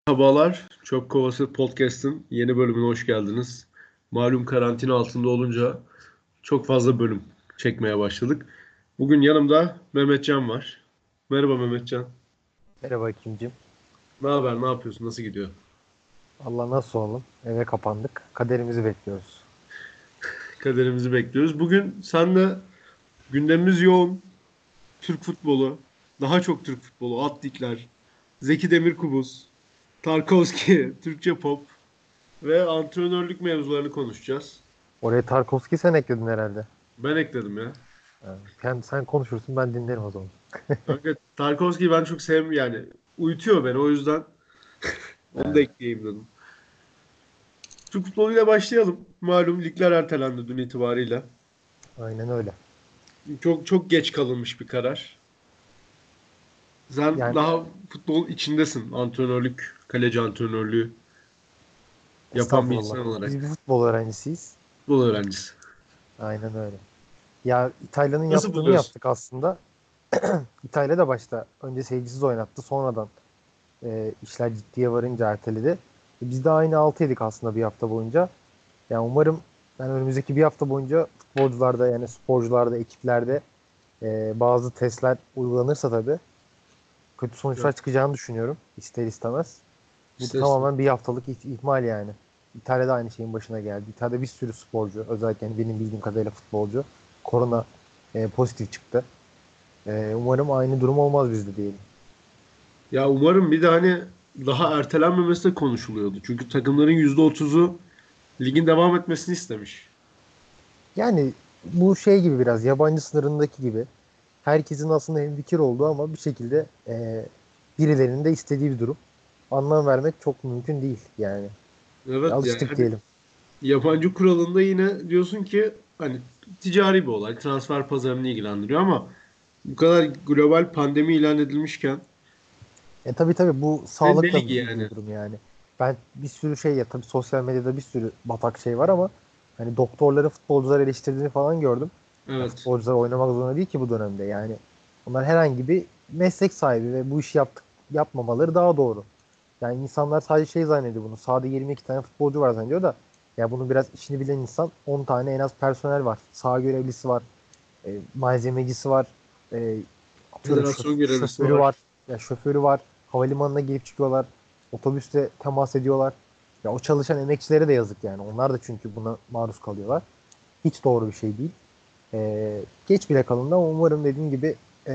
Merhabalar, Çöp Kovası Podcast'ın yeni bölümüne hoş geldiniz. Malum karantina altında olunca çok fazla bölüm çekmeye başladık. Bugün yanımda Mehmetcan var. Merhaba Mehmetcan. Merhaba Kimcim. Ne haber, ne yapıyorsun, nasıl gidiyor? Allah nasıl oğlum? Eve kapandık. Kaderimizi bekliyoruz. Kaderimizi bekliyoruz. Bugün senle gündemimiz yoğun. Türk futbolu, daha çok Türk futbolu, Attikler, Zeki Demirkubuz, Tarkovski, Türkçe pop ve antrenörlük mevzularını konuşacağız. Oraya Tarkovski sen ekledin herhalde. Ben ekledim ya. Sen konuşursun, ben dinlerim o zaman. Kanka Tarkovski'yi ben çok yani uyutuyor beni, o yüzden onu da Ha, ekleyeyim dedim. Türk futboluyla başlayalım. Malum ligler ertelendi dün itibariyle. aynen öyle. Çok çok geç kalınmış bir karar. Sen Yani daha futbol içindesin. Antrenörlük, kaleci antrenörlüğü yapan bir estağfurullah. insan olarak. Biz bir futbol öğrencisiyiz. Futbol öğrencisi. Aynen öyle. Ya İtalya'nın Nasıl yaptığını buluyorsun? yaptık aslında. İtalya da başta önce seyircisiz oynattı. Sonradan işler ciddiye varınca erteledi. Biz de aynı 6 yedik aslında bir hafta boyunca. Yani umarım önümüzdeki bir hafta boyunca futbolcularda yani sporcularda, ekiplerde bazı testler uygulanırsa tabii kötü Evet. sonuçlar çıkacağını düşünüyorum ister istemez. Bu İşte tamamen bir haftalık ihmal yani. İtalya'da aynı şeyin başına geldi. İtalya'da bir sürü sporcu, özellikle benim bildiğim kadarıyla futbolcu korona pozitif çıktı. Umarım aynı durum olmaz bizde diyelim. ya umarım bir de hani daha ertelenmemesi de konuşuluyordu. Çünkü takımların %30'u ligin devam etmesini istemiş. Yani bu şey gibi biraz yabancı sınırındaki gibi. Herkesin aslında hemfikir olduğu ama bir şekilde birilerinin de istediği bir durum. Anlam vermek çok mümkün değil yani. Evet yani Alıştık hani diyelim. yabancı kuralında yine diyorsun ki hani ticari bir olay, transfer pazarını ilgilendiriyor ama bu kadar global pandemi ilan edilmişken Tabii bu ne sağlıkla ligi ilgili yani? bir durum yani. Ben bir sürü şey ya tabii sosyal medyada bir sürü batak şey var ama hani doktorların futbolcuları eleştirdiğini falan gördüm. Ya Evet. futbolcular oynamak zorunda değil ki bu dönemde yani. Onlar herhangi bir meslek sahibi ve bu işi yapmamaları daha doğru. Yani insanlar sadece şey zannediyor bunu. Sahada 22 tane futbolcu var zannediyor da ya bunu biraz işini bilen insan 10 tane en az personel var. Saha görevlisi var. Malzemecisi var. E, atıyorum Federasyon görevlisi şoförü var. var. Ya şoförü var. Havalimanına gelip çıkıyorlar. Otobüste temas ediyorlar. Ya o çalışan emekçilere de yazık yani. Onlar da çünkü buna maruz kalıyorlar. Hiç doğru bir şey değil. Geç bile kalındı ama umarım dediğim gibi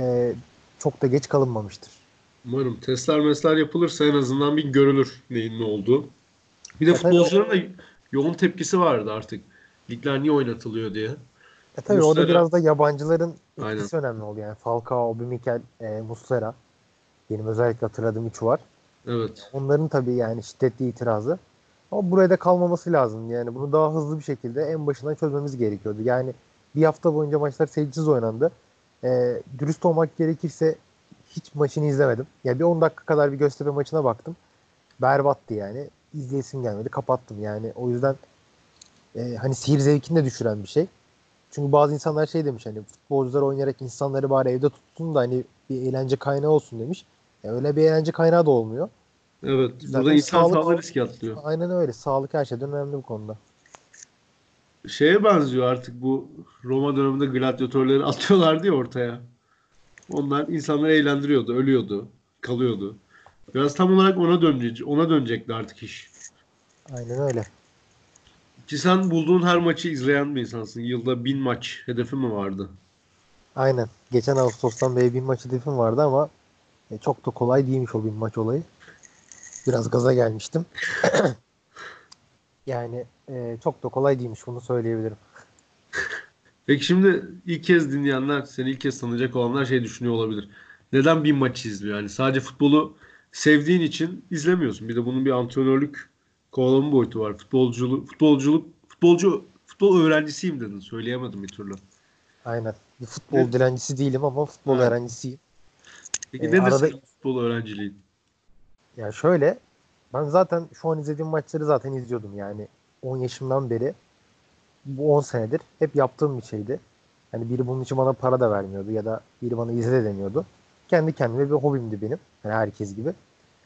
çok da geç kalınmamıştır. Umarım testler mesler yapılırsa en azından bir görülür neyin ne olduğu. Bir de Ya tabii futbolcuların da yoğun tepkisi vardı artık. Ligler niye oynatılıyor diye. tabii orada Muslera biraz da yabancıların aynen. etkisi önemli oldu yani. Falcao, Aubameyang, Muslera. Benim özellikle hatırladığım üçü var. Evet. Onların tabii yani şiddetli itirazı. Ama buraya da kalmaması lazım. Yani bunu daha hızlı bir şekilde en başından çözmemiz gerekiyordu. Yani bir hafta boyunca maçlar seyircisiz oynandı. Dürüst olmak gerekirse hiç maçını izlemedim. Yani bir 10 dakika kadar bir Göztepe maçına baktım. Berbattı yani. İzleyesim gelmedi. Kapattım yani. O yüzden hani seyir zevkini de düşüren bir şey. Çünkü bazı insanlar şey demiş hani futbolcular oynayarak insanları bari evde tutsun da hani bir eğlence kaynağı olsun demiş. Öyle bir eğlence kaynağı da olmuyor. Evet. Burada Zaten insan sağlık sağlığı riske atlıyor. aynen öyle. Sağlık her şeyden önemli bu konuda. Şeye benziyor artık bu Roma döneminde gladyatörleri atıyorlardı ya ortaya. Onlar insanları eğlendiriyordu, ölüyordu, kalıyordu. Biraz tam olarak ona dönecekti artık iş. Aynen öyle. Ki sen bulduğun her maçı izleyen bir insansın. Yılda 1000 maç hedefi mi vardı? Aynen. Geçen Ağustos'tan beri bir maç hedefim vardı ama çok da kolay değilmiş o bir maç olayı. Biraz gaza gelmiştim. Yani çok da kolay değilmiş bunu söyleyebilirim. Peki şimdi ilk kez dinleyenler, seni ilk kez tanıyacak olanlar şey düşünüyor olabilir. Neden 1000 maç izliyor? Yani sadece futbolu sevdiğin için izlemiyorsun. Bir de bunun bir antrenörlük kovalama boyutu var. Futbol öğrencisiyim dedin. Söyleyemedim bir türlü. Aynen. Bir futbol Ne? dilencisi değilim ama futbol Ha. öğrencisiyim. Peki nedir Arada senin futbol öğrenciliğin? yani şöyle ben zaten şu an izlediğim maçları zaten izliyordum yani 10 yaşımdan beri bu 10 senedir hep yaptığım bir şeydi. Hani biri bunun için bana para da vermiyordu ya da biri bana izle de demiyordu. Kendi kendime bir hobimdi benim. Yani herkes gibi.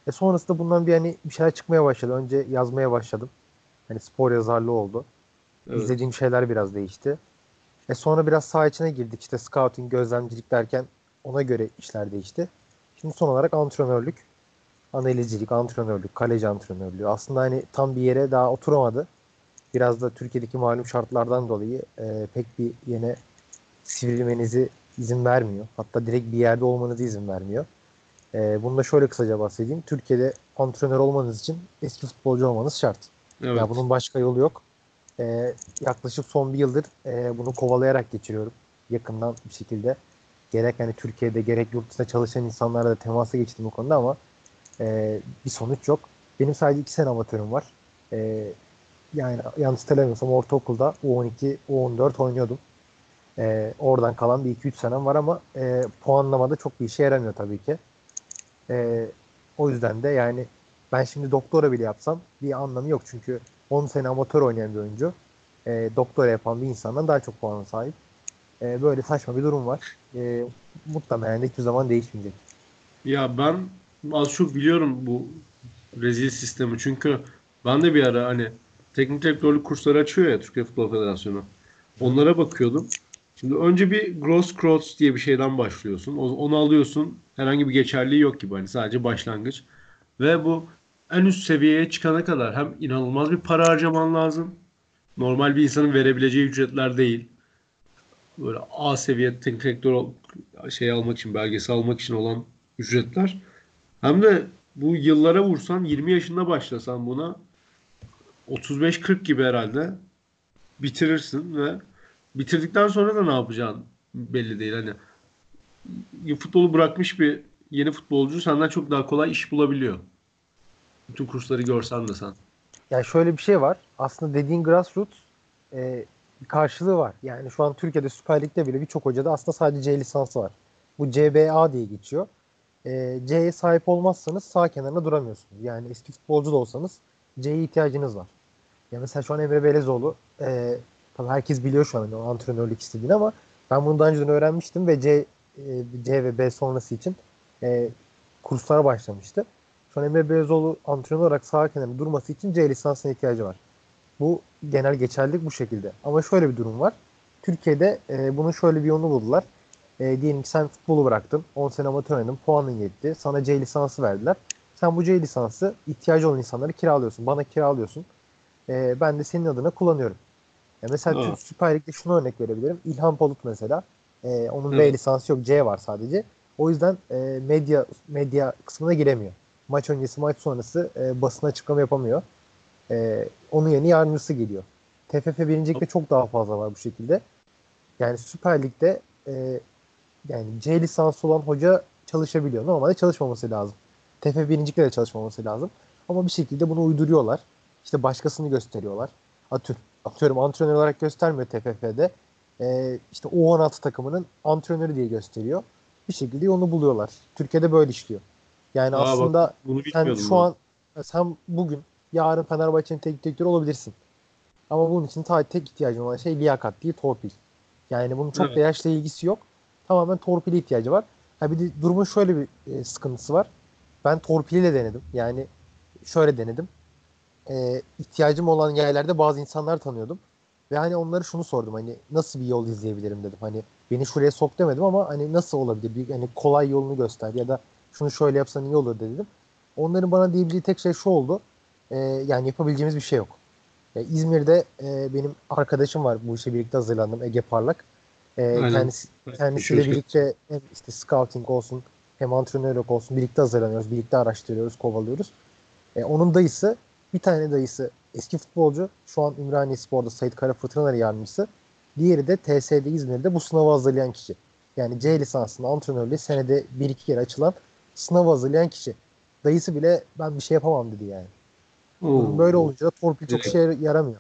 Sonrasında bundan bir şeyler çıkmaya başladı. Önce yazmaya başladım. Hani spor yazarlığı oldu. Evet. İzlediğim şeyler biraz değişti. Sonra biraz saha içine girdik. İşte scouting, gözlemcilik derken ona göre işler değişti. Şimdi son olarak antrenörlük, analizcilik, antrenörlük, kaleci antrenörlüğü. Aslında hani tam bir yere daha oturamadı. Biraz da Türkiye'deki malum şartlardan dolayı pek bir yine sivrilmenizi izin vermiyor. Hatta direkt bir yerde olmanızı izin vermiyor. Bunu da şöyle kısaca bahsedeyim. Türkiye'de antrenör olmanız için eski futbolcu olmanız şart. Ya Evet. bunun başka yolu yok. Yaklaşık son bir yıldır bunu kovalayarak geçiriyorum. Yakından bir şekilde. Gerek hani Türkiye'de gerek yurt dışında çalışan insanlarla da temasa geçtim bu konuda ama bir sonuç yok. Benim sadece 2 sene amatörüm var. E, Yani yanlış hatırlamıyorsam ortaokulda U12, U14 oynuyordum. Oradan kalan bir 2-3 senem var ama puanlamada çok bir işe yaramıyor tabii ki. E, O yüzden de yani ben şimdi doktora bile yapsam bir anlamı yok. Çünkü 10 sene amatör oynayan bir oyuncu doktora yapan bir insandan daha çok puana sahip. Böyle saçma bir durum var. Muhtemelen de hiçbir zaman değişmeyecek. Ya ben az çok biliyorum bu rezil sistemi. Çünkü ben de bir ara hani teknik direktörlük kursları açıyor ya Türkiye Futbol Federasyonu. Hı. Onlara bakıyordum. Şimdi önce bir Grosskreutz diye bir şeyden başlıyorsun. Onu alıyorsun. Herhangi bir geçerliği yok gibi. Hani sadece başlangıç. Ve bu en üst seviyeye çıkana kadar hem inanılmaz bir para harcaman lazım. Normal bir insanın verebileceği ücretler değil. Böyle A seviye teknik direktör şey almak için, belgesi almak için olan ücretler. Hem de bu yıllara vursan 20 yaşında başlasan buna 35-40 gibi herhalde bitirirsin ve bitirdikten sonra da ne yapacağın belli değil. Hani futbolu bırakmış bir yeni futbolcu senden çok daha kolay iş bulabiliyor. Bütün kursları görsen de sen. Yani şöyle bir şey var. Aslında dediğin grassroots bir karşılığı var. Yani şu an Türkiye'de Süper Lig'de bile birçok hocada aslında sadece C lisansı var. Bu CBA diye geçiyor. C'ye sahip olmazsanız sağ kenarında duramıyorsunuz. Yani eski futbolcu da olsanız C'ye ihtiyacınız var. Ya mesela şu an Emre Belezoğlu tabii herkes biliyor şu an hani o antrenörlük istediğini ama ben bunu daha önceden öğrenmiştim ve C ve B sonrası için e, kurslara başlamıştı. Şu an Emre Belezoğlu antrenör olarak sağ kenarında durması için C lisansına ihtiyacı var. Bu genel geçerlilik bu şekilde. Ama şöyle bir durum var. Türkiye'de bunun şöyle bir yolunu buldular. Diyelim ki sen futbolu bıraktın. 10 sene amatör oynadın. Puanın yetti. Sana C lisansı verdiler. Sen bu C lisansı ihtiyacı olan insanları kiralıyorsun. Bana kiralıyorsun. Ben de senin adına kullanıyorum. Mesela Aa, Süper Lig'de şunu örnek verebilirim. İlhan Palut mesela. Onun B evet. lisansı yok. C var sadece. O yüzden medya kısmına giremiyor. Maç öncesi, maç sonrası basın açıklama yapamıyor. Onun yerine yardımcısı geliyor. TFF birincilikte çok daha fazla var bu şekilde. Yani Süper Lig'de yani C lisansı olan hoca çalışabiliyor. Normalde çalışmaması lazım. TFF birincilikte de çalışmaması lazım. Ama bir şekilde bunu uyduruyorlar. İşte başkasını gösteriyorlar. Atıyorum antrenör olarak göstermiyor TFF'de. İşte U16 takımının antrenörü diye gösteriyor. Bir şekilde onu buluyorlar. Türkiye'de böyle işliyor. Yani Aa bak aslında bunu sen bilmiyordum şu ben. an sen bugün yarın Fenerbahçe'nin teknik direktörü olabilirsin. Ama bunun için tek ihtiyacın olan şey liyakat değil torpil. Yani bunun çok da Evet. yaşla ilgisi yok. Tamamen torpile ihtiyacı var. Ha bir de durumun şöyle bir sıkıntısı var. Ben torpiliyle denedim. Yani şöyle denedim. İhtiyacım olan yerlerde bazı insanlar tanıyordum. Ve hani onları şunu sordum. Hani nasıl bir yol izleyebilirim dedim. Hani beni şuraya sok demedim ama hani nasıl olabilir? Bir hani kolay yolunu göster ya da şunu şöyle yapsan iyi olur dedim. Onların bana diyebileceği tek şey şu oldu. Yani yapabileceğimiz bir şey yok. İzmir'de benim arkadaşım var. Bu işe birlikte hazırlandım. Ege Parlak. Aynen. Kendisiyle Geçiyoruz. birlikte hem işte scouting olsun hem antrenörlük olsun birlikte hazırlanıyoruz. Birlikte araştırıyoruz, kovalıyoruz. Onun dayısı, bir tane dayısı eski futbolcu. Şu an Ümraniyespor'da Sait Karafırtınaları yardımcısı. Diğeri de TSD İzmir'de bu sınavı hazırlayan kişi. Yani C lisansının antrenörlüğü senede bir iki kere açılan sınavı hazırlayan kişi. Dayısı bile ben bir şey yapamam dedi yani. Durum böyle Oo. olunca da torpil çok işe Direkt. yaramıyor.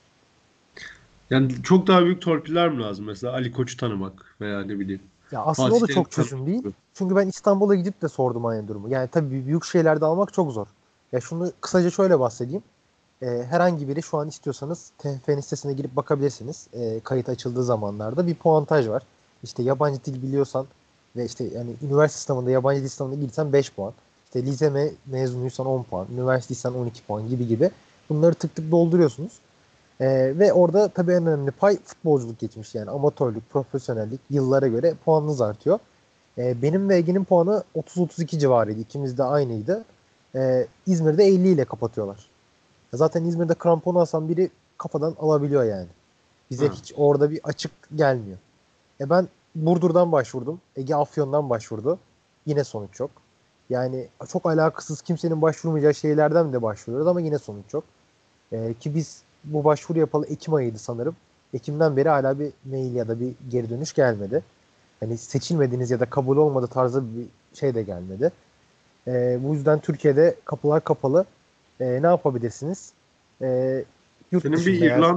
Yani çok daha büyük torpiller mi lazım mesela Ali Koç'u tanımak veya ne bileyim Ya aslında o Fatih da Terim'i çok tanımak çözüm değil. gibi. Çünkü ben İstanbul'a gidip de sordum aynı durumu. Yani tabii büyük şehirlerde almak çok zor. Ya şunu kısaca şöyle bahsedeyim. Herhangi biri şu an istiyorsanız TFF'nin sitesine girip bakabilirsiniz. Kayıt açıldığı zamanlarda bir puantaj var. İşte yabancı dil biliyorsan ve işte yani üniversite sınavında yabancı dil sınavına girsen 5 puan. İşte lise mezunuysan 10 puan, üniversiteysen 12 puan gibi gibi. Bunları tık tık dolduruyorsunuz. Ve orada tabii en önemli pay futbolculuk geçmiş, yani amatörlük, profesyonellik yıllara göre puanınız artıyor. Benim ve Ege'nin puanı 30-32 civarıydı. İkimiz de aynıydı. İzmir'de 50 ile kapatıyorlar. Zaten İzmir'de kramponu alsan biri kafadan alabiliyor yani. Bize Ha. hiç orada bir açık gelmiyor. Ben Burdur'dan başvurdum. Ege Afyon'dan başvurdu. Yine sonuç yok. Yani çok alakasız, kimsenin başvurmayacağı şeylerden de başvuruyoruz ama yine sonuç yok. Ki biz bu başvuru yapalı Ekim ayıydı sanırım. Ekim'den beri hala bir mail ya da bir geri dönüş gelmedi. Hani seçilmediniz ya da kabul olmadı tarzı bir şey de gelmedi. Bu yüzden Türkiye'de kapılar kapalı. Ne yapabilirsiniz? Yurt Senin bir dışında yani.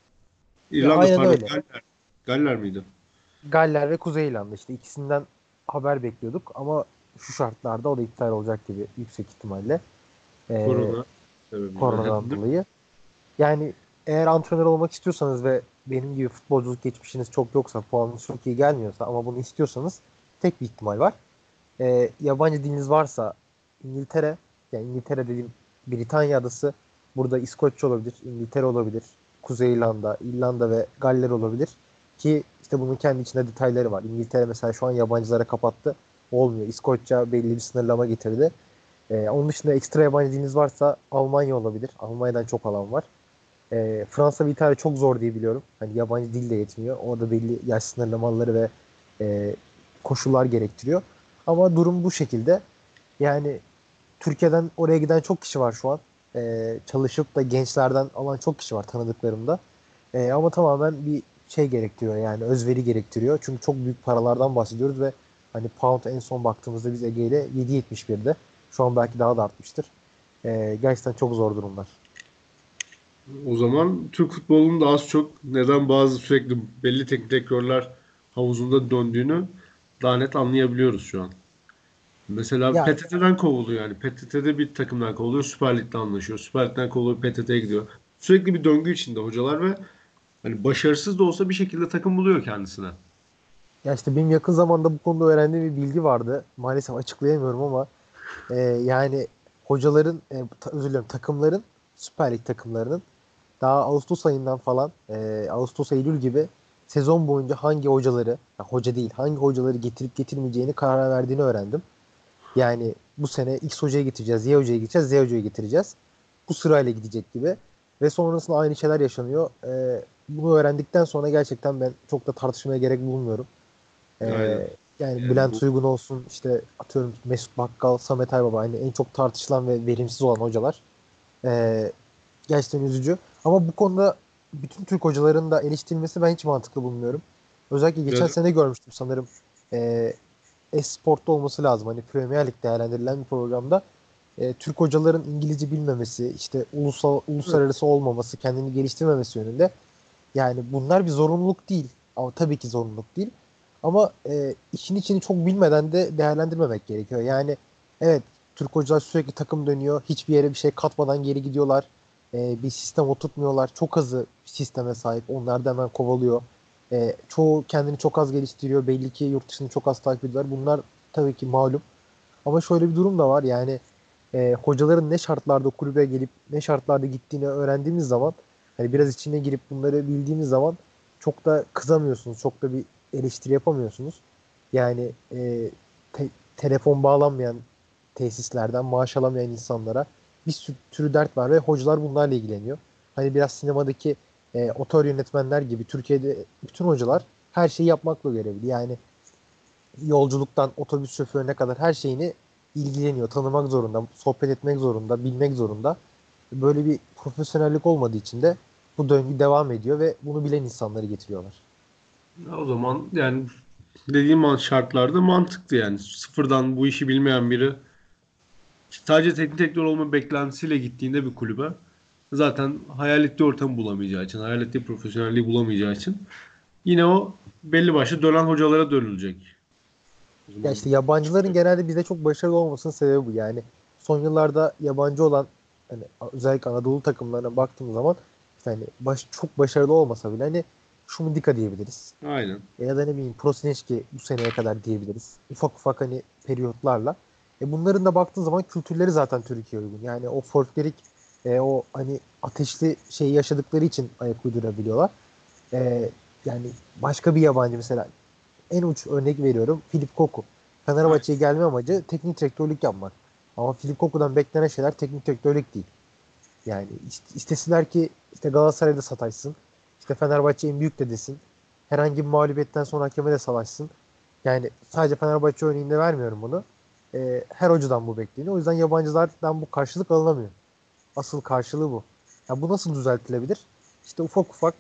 Ya İrlanda aynen pardon, öyle. Galler miydi? Galler ve Kuzey İrlanda, işte ikisinden haber bekliyorduk ama şu şartlarda o da iptal olacak gibi yüksek ihtimalle. Ee, Korona sebebiyle Koronadan değil mi? dolayı. Yani eğer antrenör olmak istiyorsanız ve benim gibi futbolculuk geçmişiniz çok yoksa, puanınız çok iyi gelmiyorsa ama bunu istiyorsanız tek bir ihtimal var. Yabancı diliniz varsa İngiltere, yani İngiltere dediğim Britanya adası, burada İskoçya olabilir, İngiltere olabilir, Kuzey İrlanda, İrlanda ve Galler olabilir ki işte bunun kendi içinde detayları var. İngiltere mesela şu an yabancılara kapattı. Olmuyor. İskoçya belli bir sınırlama getirdi. Onun dışında ekstra yabancı diliniz varsa Almanya olabilir. Almanya'dan çok alan var. Fransa ve İtalya çok zor diye biliyorum. Hani yabancı dil de yetmiyor. Orada belli yaş sınırlamaları ve e, koşullar gerektiriyor. Ama durum bu şekilde. Yani Türkiye'den oraya giden çok kişi var şu an. Çalışıp da gençlerden alan çok kişi var tanıdıklarımda. Ama tamamen bir şey gerektiriyor, yani özveri gerektiriyor. Çünkü çok büyük paralardan bahsediyoruz ve hani pound en son baktığımızda biz Ege ile 7.71'de. Şu an belki daha da artmıştır. Gerçekten çok zor durumlar. O zaman Türk futbolunun da az çok neden bazı sürekli belli teknik direktörler havuzunda döndüğünü daha net anlayabiliyoruz şu an. Mesela Ya PTT'den kovuluyor yani. PTT'de bir takımdan kovuluyor, Süper Lig'de anlaşıyor. Süper Lig'den kovuluyor, PTT'ye gidiyor. Sürekli bir döngü içinde hocalar ve hani başarısız da olsa bir şekilde takım buluyor kendisine. Ya işte benim yakın zamanda bu konuda öğrendiğim bir bilgi vardı. Maalesef açıklayamıyorum ama yani hocaların, özür dilerim, takımların, Süper Lig takımlarının daha Ağustos ayından falan, Ağustos Eylül gibi sezon boyunca hangi hocaları, ya hoca değil, hangi hocaları getirip getirmeyeceğini karar verdiğini öğrendim. Yani bu sene X hocayı getireceğiz, Y hocayı getireceğiz, Z hocayı getireceğiz. Bu sırayla gidecek gibi. Ve sonrasında aynı şeyler yaşanıyor. Bunu öğrendikten sonra gerçekten ben çok da tartışmaya gerek bulmuyorum. Aynen. Yani Yani bu Bülent Uygun olsun, işte atıyorum Mesut Bakkal, Samet Aybaba, hani en çok tartışılan ve verimsiz olan hocalar. Ee, Gerçekten üzücü. Ama bu konuda bütün Türk hocaların da eleştirilmesi ben hiç mantıklı bulmuyorum. Özellikle geçen biraz sene görmüştüm sanırım. Ee, Esport'ta olması lazım. Hani Premier Lig değerlendirilen bir programda. Türk hocaların İngilizce bilmemesi, işte uluslararası olmaması, kendini geliştirmemesi yönünde. Yani bunlar bir zorunluluk değil. Ama tabii ki zorunluluk değil. Ama işin içini çok bilmeden de değerlendirmemek gerekiyor. Yani evet, Türk hocalar sürekli takım dönüyor. Hiçbir yere bir şey katmadan geri gidiyorlar. Bir sistem oturtmuyorlar. Çok hızlı bir sisteme sahip. Onlar da hemen kovalıyor. Çoğu kendini çok az geliştiriyor. Belli ki yurt dışını çok az takip ediyorlar. Bunlar tabii ki malum. Ama şöyle bir durum da var. Yani hocaların ne şartlarda kulübe gelip ne şartlarda gittiğini öğrendiğimiz zaman, hani biraz içine girip bunları bildiğimiz zaman çok da kızamıyorsunuz. Çok da bir eleştiri yapamıyorsunuz. Yani telefon bağlanmayan tesislerden maaş alamayan insanlara bir sürü dert var ve hocalar bunlarla ilgileniyor. Hani biraz sinemadaki otör yönetmenler gibi Türkiye'de bütün hocalar her şeyi yapmakla görevli. Yani yolculuktan otobüs şoförüne kadar her şeyini ilgileniyor, tanımak zorunda, sohbet etmek zorunda, bilmek zorunda. Böyle bir profesyonellik olmadığı için de bu döngü devam ediyor ve bunu bilen insanları getiriyorlar. o zaman yani dediğim şartlarda mantıklı yani. Sıfırdan bu işi bilmeyen biri sadece teknik direktör olma beklentisiyle gittiğinde bir kulübe zaten hayal ettiği ortamı bulamayacağı için, hayal ettiği profesyonelliği bulamayacağı için yine o belli başlı dönen hocalara dönülecek. O Ya zaman işte yabancıların genelde bizde çok başarılı olmasının sebebi bu. Yani son yıllarda yabancı olan, hani özellikle Anadolu takımlarına baktığımız zaman işte hani çok başarılı olmasa bile hani Şumidika diyebiliriz. aynen. Ya da ne bileyim Prosineşki bu seneye kadar diyebiliriz. Ufak ufak hani periyotlarla. Bunların da baktığın zaman kültürleri zaten Türkiye'ye uygun. Yani o folklorik o hani ateşli şeyi yaşadıkları için ayak uydurabiliyorlar. E, Yani başka bir yabancı mesela en uç örnek veriyorum Philip Koku. Aynen. Fenerbahçe'ye gelme amacı teknik direktörlük yapmak. Ama Philip Koku'dan beklenen şeyler teknik direktörlük değil. Yani istesinler ki işte Galatasaray'da sataşsın. İşte Fenerbahçe en büyük de desin. Herhangi bir mağlubiyetten sonra hakeme de savaşsın. Yani sadece Fenerbahçe örneğinde vermiyorum bunu. Her hocadan bu bekleniyor. O yüzden yabancılardan bu karşılık alınamıyor. Asıl karşılığı bu. Ya bu nasıl düzeltilebilir? İşte ufak ufak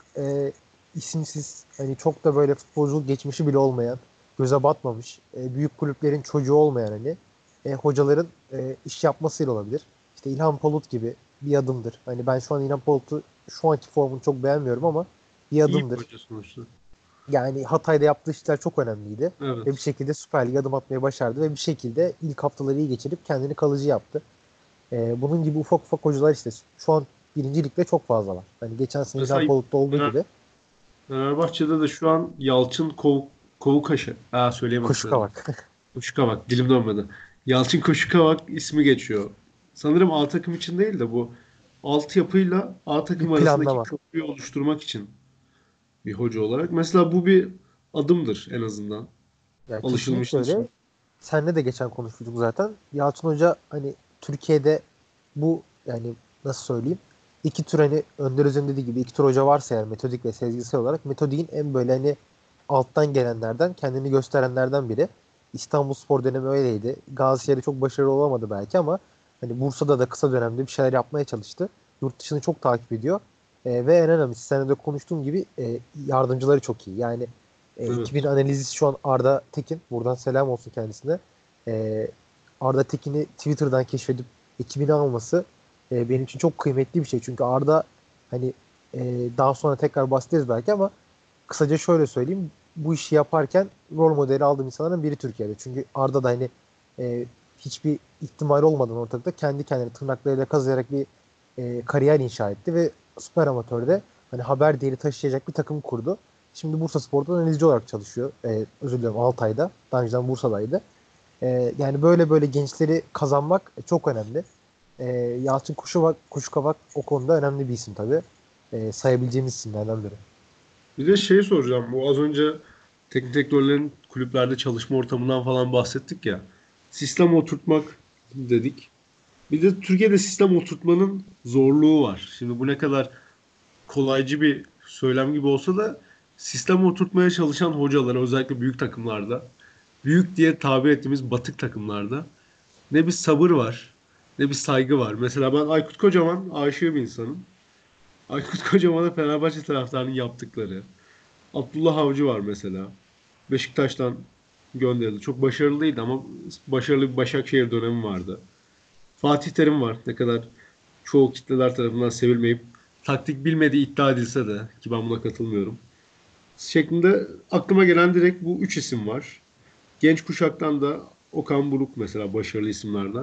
isimsiz hani çok da böyle futbolculuk geçmişi bile olmayan, göze batmamış, büyük kulüplerin çocuğu olmayan hani hocaların iş yapmasıyla olabilir. İşte İlhan Palut gibi bir adımdır. Hani ben şu an İlhan Palut'u şu anki formunu çok beğenmiyorum ama bir İyi bir adımdır. hoca sonuçta. Yani Hatay'da yaptığı işler çok önemliydi. Ve bir Evet. şekilde Süper Lig'e adım atmayı başardı ve bir şekilde ilk haftaları iyi geçirip kendini kalıcı yaptı. Bunun gibi ufak ufak hocalar işte şu an birinci ligde çok fazla var. Hani geçen sene İlhan Mesela Palut'ta olduğu gibi Fenerbahçe'de de şu an Yalçın Kovukaşı. Söyleyemedim Koşuk'a soyadını. bak. Koşukavak. Dilim dönmedi. Yalçın Koşukavak ismi geçiyor. Sanırım A takım için değil de bu altyapıyla A Bir takım arasındaki planlama. köprüyü oluşturmak için bir hoca olarak. Mesela bu bir adımdır en azından. Yani Alışılmış kesinlikle değil. öyle. Seninle de geçen konuştuk zaten. Yalçın Hoca hani Türkiye'de bu yani nasıl söyleyeyim iki tür hani Önder Öz'ün dediği gibi iki tür hoca varsa eğer metodik ve sezgisel olarak metodiğin en böyle hani alttan gelenlerden kendini gösterenlerden biri. İstanbulspor dönemi öyleydi. Gazişehir'de çok başarılı olamadı belki ama hani Bursa'da da kısa dönemde bir şeyler yapmaya çalıştı. Yurt dışını çok takip ediyor. Ve en önemlisi seninle de konuştuğum gibi yardımcıları çok iyi. Yani 2000 Evet. analizi şu an Arda Tekin. Buradan selam olsun kendisine. E, Arda Tekin'i Twitter'dan keşfedip ekibine alması benim için çok kıymetli bir şey. Çünkü Arda hani e, daha sonra tekrar bahsederiz belki ama kısaca şöyle söyleyeyim. Bu işi yaparken rol modeli aldığım insanların biri Türkiye'de. Çünkü Arda da hani hiçbir ihtimal olmadan ortalıkta kendi kendine tırnaklarıyla kazıyarak bir kariyer inşa etti ve süper amatörde hani haber değeri taşıyacak bir takım kurdu. Şimdi Bursaspor'da analizci olarak çalışıyor. Özür dilerim Altay'da. Daha önceden Bursa'daydı. Yani böyle böyle gençleri kazanmak çok önemli. Yalçın Kuşkavak o konuda önemli bir isim tabii. Sayabileceğimiz isimlerden biri. Bir de şey soracağım. Bu az önce teknik direktörlerin kulüplerde çalışma ortamından falan bahsettik ya. Sistem oturtmak dedik. Bir de Türkiye'de sistem oturtmanın zorluğu var. Şimdi bu ne kadar kolaycı bir söylem gibi olsa da sistem oturtmaya çalışan hocalar özellikle büyük takımlarda, büyük diye tabir ettiğimiz batık takımlarda ne bir sabır var, ne bir saygı var. Mesela ben Aykut Kocaman aşığı bir insanım. Aykut Kocaman'a Fenerbahçe taraftarının yaptıkları. Abdullah Avcı var mesela. Beşiktaş'tan gönderildi. Çok başarılıydı ama başarılı bir Başakşehir dönemi vardı. Fatih Terim var. Ne kadar çoğu kitleler tarafından sevilmeyip taktik bilmediği iddia edilse de ki ben buna katılmıyorum. Şeklinde aklıma gelen direkt bu üç isim var. Genç kuşaktan da Okan Buruk mesela başarılı isimlerden.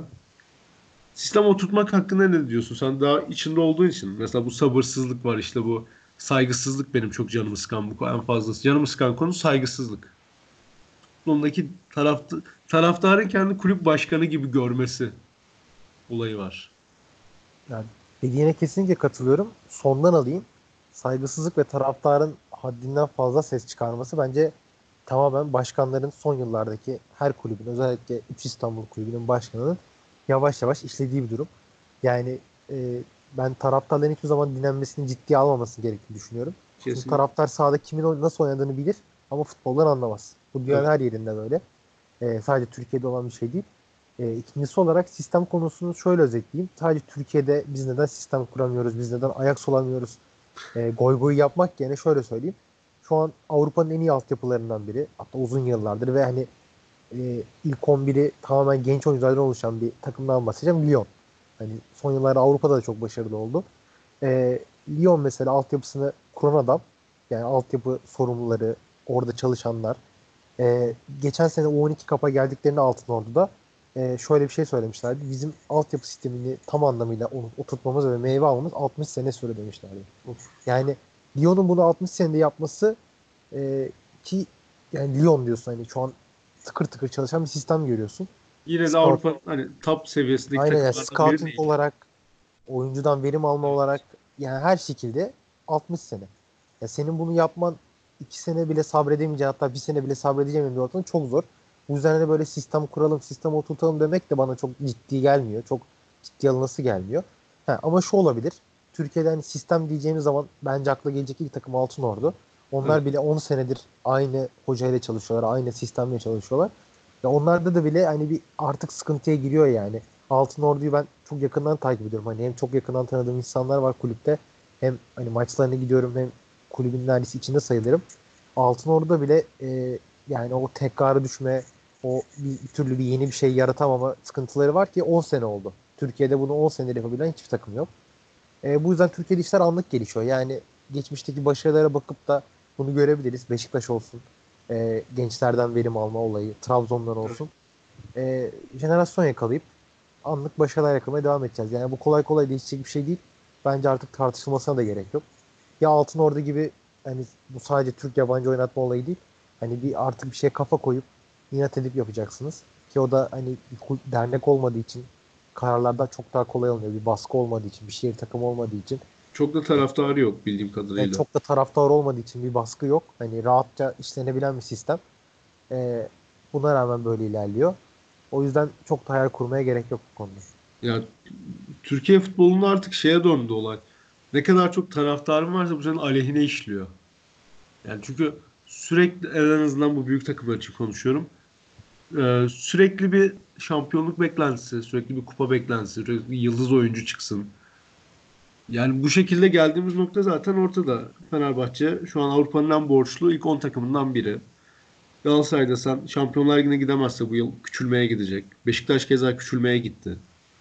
Sistem oturtmak hakkında ne diyorsun? Sen daha içinde olduğun için. Mesela bu sabırsızlık var işte bu saygısızlık benim çok canımı sıkan bu en fazlası. Canımı sıkan konu saygısızlık. Bundaki taraftarın kendi kulüp başkanı gibi görmesi olayı var. Yani dediğine kesinlikle katılıyorum. Sondan alayım. Saygısızlık ve taraftarın haddinden fazla ses çıkarması bence tamamen başkanların son yıllardaki her kulübün özellikle 3 İstanbul Kulübü'nün başkanının yavaş yavaş işlediği bir durum. Yani ben taraftarların hiçbir zaman dinlenmesini ciddiye almaması gerektiğini düşünüyorum. Çünkü Kesinlikle. taraftar sahada kimin nasıl oynadığını bilir ama futboldan anlamaz. Bu dünyanın Evet. her yerinde böyle. Sadece Türkiye'de olan bir şey değil. İkincisi olarak sistem konusunu şöyle özetleyeyim. Sadece Türkiye'de biz neden sistem kuramıyoruz, biz neden ayak olamıyoruz, goy goy yapmak yerine şöyle söyleyeyim. Şu an Avrupa'nın en iyi altyapılarından biri. Hatta uzun yıllardır ve hani ilk 11'i tamamen genç oyunculardan oluşan bir takımdan bahsedeceğim. Lyon. Hani son yıllarda Avrupa'da da çok başarılı oldu. Lyon mesela altyapısını kuran adam. Yani altyapı sorumluları, orada çalışanlar. Geçen sene U12 Cup'a geldiklerinde Altınordu'da şöyle bir şey söylemişlerdi. Bizim altyapı sistemini tam anlamıyla oturtmamız ve meyve almamız 60 sene sürdü demişlerdi. Of. Yani Lyon'un bunu 60 senede yapması ki yani Lyon diyorsun hani şu an tıkır tıkır çalışan bir sistem görüyorsun. Yine de Scout, Avrupa'nın hani top seviyesindeki aynen ya, takımlardan biri scouting değil. olarak, oyuncudan verim alma Evet. olarak, yani her şekilde 60 sene. Ya senin bunu yapman 2 sene bile sabredemeyeceğin, hatta bir sene bile sabredeceğin bir ortam çok zor. Bu yüzden de böyle sistem kuralım, sistem oturtalım demek de bana çok ciddi gelmiyor. Çok ciddi alınası gelmiyor. Ha, ama şu olabilir. Türkiye'de hani sistem diyeceğimiz zaman bence akla gelecek ilk takım Altınordu. Evet. Onlar bile 10 senedir aynı hocayla çalışıyorlar, aynı sistemle çalışıyorlar. Ya onlarda da bile hani bir artık sıkıntıya giriyor yani. Altınordu'yu ben çok yakından takip ediyorum. Hani hem çok yakından tanıdığım insanlar var kulüpte. Hem hani maçlarına gidiyorum, hem kulübün neredeyse içinde sayılırım. Altınordu'da bile yani o tekrara düşme, o bir türlü bir yeni bir şey yaratamama sıkıntıları var ki 10 sene oldu. Türkiye'de bunu 10 senedir yapabilen hiçbir takım yok. Bu yüzden Türkiye'de işler anlık gelişiyor. Yani geçmişteki başarılara bakıp da bunu görebiliriz. Beşiktaş olsun, gençlerden verim alma olayı, Trabzon'dan Evet. olsun. Jenerasyon yakalayıp anlık başarılar yakalamaya devam edeceğiz. Yani bu kolay kolay değişecek bir şey değil. Bence artık tartışılmasına da gerek yok. Ya Altınordu gibi, hani bu sadece Türk yabancı oynatma olayı değil. Hani bir artık bir şeye kafa koyup inat edip yapacaksınız. Ki o da hani bir dernek olmadığı için kararlardan çok daha kolay alınıyor. Bir baskı olmadığı için, bir şehir takımı olmadığı için. Çok da taraftarı yok bildiğim kadarıyla. Çok da taraftar olmadığı için bir baskı yok. Hani rahatça işlenebilen bir sistem. E, Buna rağmen böyle ilerliyor. O yüzden çok da hayal kurmaya gerek yok bu konuda. Ya Türkiye futbolunda artık şeye döndü olay. Ne kadar çok taraftarın varsa bu senin aleyhine işliyor. Yani çünkü sürekli en azından bu büyük takımlar için konuşuyorum. Sürekli bir şampiyonluk beklentisi, sürekli bir kupa beklentisi, sürekli bir yıldız oyuncu çıksın. Yani bu şekilde geldiğimiz nokta zaten ortada. Fenerbahçe şu an Avrupa'nın en borçlu ilk 10 takımından biri. Galatasaray'da sen Şampiyonlar Ligi'ne gidemezse bu yıl küçülmeye gidecek. Beşiktaş keza küçülmeye gitti.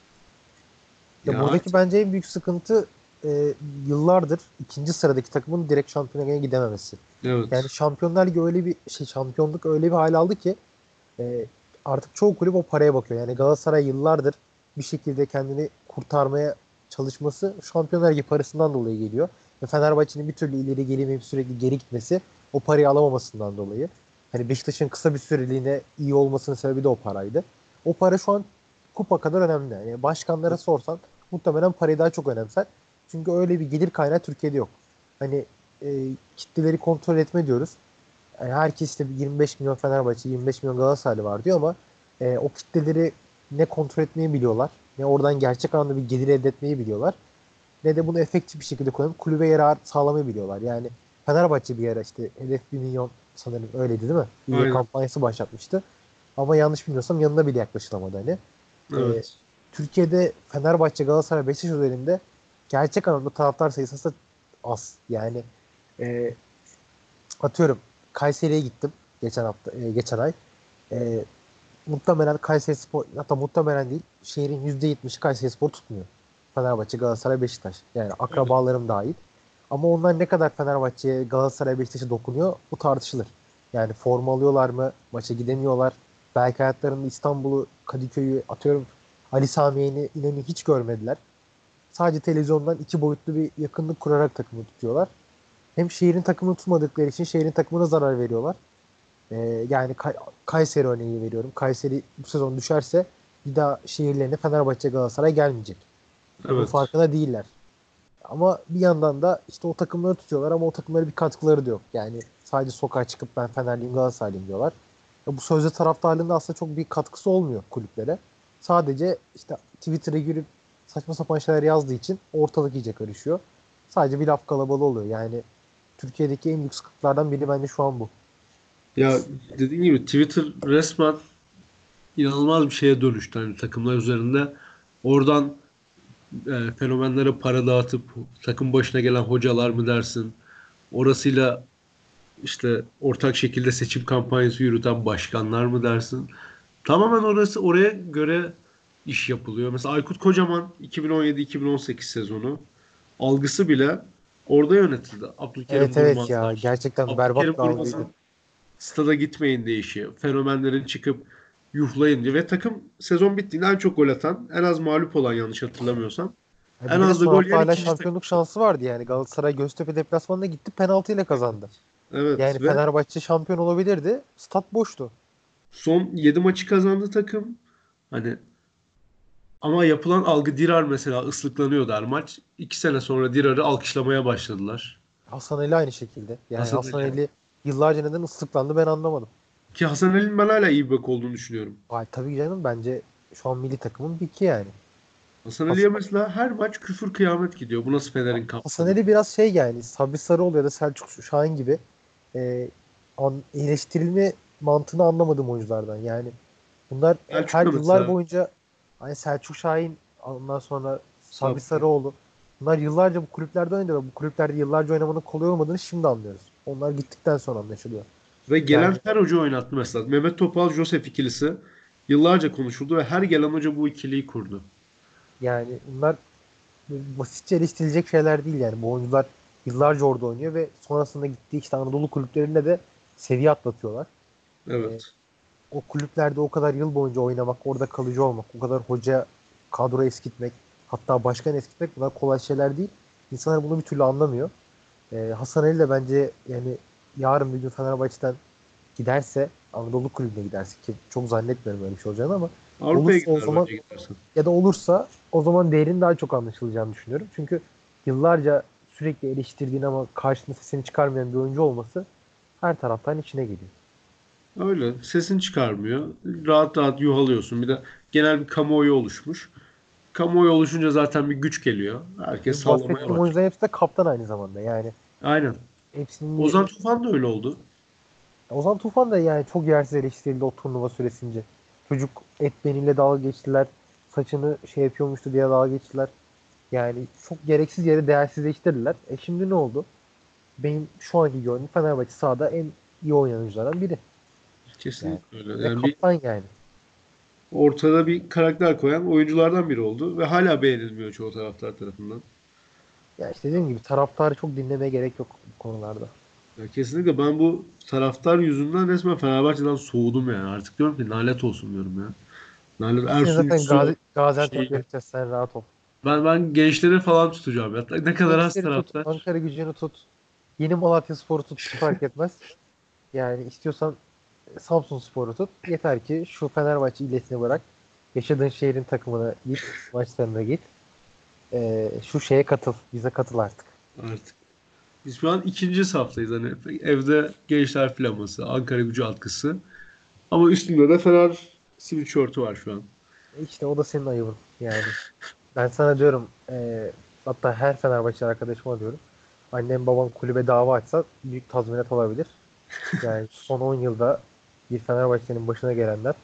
Ya Ya buradaki artık bence en büyük sıkıntı yıllardır ikinci sıradaki takımın direkt şampiyona gidememesi. Yani evet. Şampiyonlar Ligi öyle bir şey, şampiyonluk öyle bir hal aldı ki e, artık çoğu kulüp o paraya bakıyor. Yani Galatasaray yıllardır bir şekilde kendini kurtarmaya çalışması Şampiyonlar Ligi parasından dolayı geliyor. Ve Fenerbahçe'nin bir türlü ileri gelemeyip sürekli geri gitmesi o parayı alamamasından dolayı. Hani Beşiktaş'ın kısa bir süreliğine iyi olmasının sebebi de o paraydı. O para şu an kupa kadar önemli. Yani başkanlara sorsan muhtemelen parayı daha çok önemser. Çünkü öyle bir gelir kaynağı Türkiye'de yok. Hani kitleleri kontrol etme diyoruz. Yani herkes işte 25 milyon Fenerbahçe, 25 milyon Galatasaraylı var diyor ama o kitleleri ne kontrol etmeyi biliyorlar, ne oradan gerçek anlamda bir gelir elde etmeyi biliyorlar, ne de bunu efektif bir şekilde kullanıp kulübe yarar sağlamayı biliyorlar. Yani Fenerbahçe bir ara işte hedef 1 milyon, sanırım öyleydi değil mi? Üye Aynen. kampanyası başlatmıştı. Ama yanlış bilmiyorsam yanına bile yaklaşılamadı hani. E, Evet. Türkiye'de Fenerbahçe, Galatasaray, Beşiktaş üzerinde gerçek anlamda taraftar sayısı aslında az. Yani e, atıyorum, Kayseri'ye gittim geçen hafta, geçen ay. E, Muhtemelen Kayserispor, hatta muhtemelen değil, şehrin %70'i Kayserispor tutmuyor. Fenerbahçe, Galatasaray, Beşiktaş. Yani Evet. akrabalarım dahil. Ama onlar ne kadar Fenerbahçe'ye, Galatasaray, Beşiktaş'a dokunuyor, bu tartışılır. Yani forma alıyorlar mı? Maça gidemiyorlar. Belki hayatlarında İstanbul'u, Kadıköy'ü, atıyorum Ali Sami Yen'i, İnönü'yü hiç görmediler. Sadece televizyondan iki boyutlu bir yakınlık kurarak takımı tutuyorlar. Hem şehrin takımını tutmadıkları için şehrin takımına zarar veriyorlar. Yani Kayseri örneği veriyorum. Kayseri bu sezon düşerse bir daha şehirlerine Fenerbahçe, Galatasaray gelmeyecek. Bunun Evet. farkında değiller. Ama bir yandan da işte o takımları tutuyorlar ama o takımlara bir katkıları da yok. Yani sadece sokağa çıkıp ben Fenerliyim, Galatasaraylıyım diyorlar. Bu sözde taraftarlığında aslında çok bir katkısı olmuyor kulüplere. Sadece işte Twitter'a girip saçma sapan şeyler yazdığı için ortalık iyice karışıyor. Sadece bir laf kalabalığı oluyor. Yani Türkiye'deki en büyük sıkıntılardan biri bence şu an bu. Ya dediğim gibi Twitter resmen inanılmaz bir şeye dönüştü hani takımlar üzerinde. Oradan fenomenlere para dağıtıp takım başına gelen hocalar mı dersin? Orasıyla işte ortak şekilde seçim kampanyası yürüten başkanlar mı dersin? Tamamen oraya göre iş yapılıyor. Mesela Aykut Kocaman 2017-2018 sezonu algısı bile orada yönetildi. Abdülkerim Evet evet ya, Durmazlar. gerçekten Abdülkerim berbat bir algıydı. Durmaz'ın stada gitmeyin deyişi. Fenomenlerin çıkıp yuhlayın diye. Ve takım sezon bittiğinde en çok gol atan, en az mağlup olan yanlış hatırlamıyorsam. Ha, En bir kere az da son gol hafta yiyen hala ikinci takım. şampiyonluk şansı vardı yani. Galatasaray Göztepe deplasmanına gitti, penaltıyla kazandı. Evet Yani ve Fenerbahçe şampiyon olabilirdi. Stat boştu. son 7 maçı kazandı takım. Hani ama yapılan algı Dirar mesela ıslıklanıyordu her maç. 2 sene sonra Dirar'ı alkışlamaya başladılar. Hasan Ali aynı şekilde. Yani Hasan Hasan Ali. Ali yıllarca neden ıslıklandı ben anlamadım. Ki Hasan Ali'nin ben hala iyi bir bek olduğunu düşünüyorum. Ay tabii canım bence şu an milli takımın biki yani. Hasan Ali'ye Hasan, mesela her maç küfür kıyamet gidiyor. Bu nasıl Fener'in Hasan kaptanı? Ali biraz şey yani Sabri Sarıoğlu ya da Selçuk Şahin gibi e, eleştirilme mantığını anlamadığım oyunculardan. Yani bunlar Selçuk her da yıllar mesela boyunca hani Selçuk Şahin ondan sonra Sabri Sabri. Sarıoğlu bunlar yıllarca bu kulüplerde oynadı ve bu kulüplerde yıllarca oynamanın kolay olmadığını şimdi anlıyoruz. Onlar gittikten sonra anlaşılıyor. Ve gelen Yani her hoca oynattı mesela. Mehmet Topal, Josef ikilisi yıllarca konuşuldu ve her gelen hoca bu ikiliyi kurdu. bunlar basitçe eleştirilecek şeyler değil yani. Bu oyuncular yıllarca orada oynuyor ve sonrasında gittiği işte Anadolu kulüplerinde de seviye atlatıyorlar. Ee, Evet. O kulüplerde o kadar yıl boyunca oynamak, orada kalıcı olmak, o kadar hoca kadro eskitmek, hatta başkan eskitmek bunlar kolay şeyler değil. İnsanlar bunu bir türlü anlamıyor. Hasan Ali de bence yani yarın bir gün Fenerbahçe'den giderse Anadolu kulübüne giderse ki çok zannetmiyorum öyle bir şey olacağını ama Avrupa'ya olursa o gider zaman bence gidersen. ya da olursa o zaman değerin daha çok anlaşılacağını düşünüyorum. Çünkü yıllarca sürekli eleştirdiğin ama karşında sesini çıkarmayan bir oyuncu olması her taraftan içine geliyor. Öyle. Sesini çıkarmıyor. Rahat rahat yuhalıyorsun. Bir de genel bir kamuoyu oluşmuş. Kamuoyu oluşunca zaten bir güç geliyor. Herkes Benim sallamaya bahsettiğim başlıyor. oyuncuların hepsi de kaptan aynı zamanda. Yani Aynen. hepsinin bir Ozan Tufan da öyle oldu. Ozan Tufan da yani çok yersiz eleştirildi o turnuva süresince. Çocuk etbeniyle dalga geçtiler. Saçını şey yapıyormuştu diye dalga geçtiler. Yani çok gereksiz yere değersizleştirdiler. Şimdi ne oldu? Benim şu anki gördüğüm Fenerbahçe sahada en iyi oynayan oyunculardan biri. Yani Kesinlikle öyle. ve Yani bir kaptan yani. ortada bir karakter koyan oyunculardan biri oldu ve hala beğenilmiyor çoğu taraftar tarafından. Ya işte dediğim gibi taraftarı çok dinlemeye gerek yok bu konularda. Ya kesinlikle ben bu taraftar yüzünden resmen Fenerbahçe'den soğudum yani. Artık diyorum ki lanet olsun diyorum ya. Lanet Biz seni zaten Ersun'cusu Gaziantep şeyi. vereceğiz sen rahat ol. Ben gençleri falan tutacağım ya. Ne kadar az Gençleri tut, taraftar. Ankara Gücü'nü tut, Yeni Malatyaspor'u tut hiç fark etmez. Yani istiyorsan Samsunspor'u tut. Yeter ki şu Fenerbahçe illetini bırak. Yaşadığın şehrin takımına git, maçlarına git. Şu şeye katıl, bize katıl artık. Artık. Biz şu an ikinci saftayız. Hani evde gençler flaması, Ankara Gücü atkısı. Ama üstünde de Fener sweatshirt'ü var şu an. İşte o da senin ayıbın yani. Ben sana diyorum hatta her Fenerbahçe arkadaşıma diyorum. Annem babam kulübe dava açsa büyük tazminat alabilir. Yani son 10 yılda bir Fenerbahçe'nin başına gelenler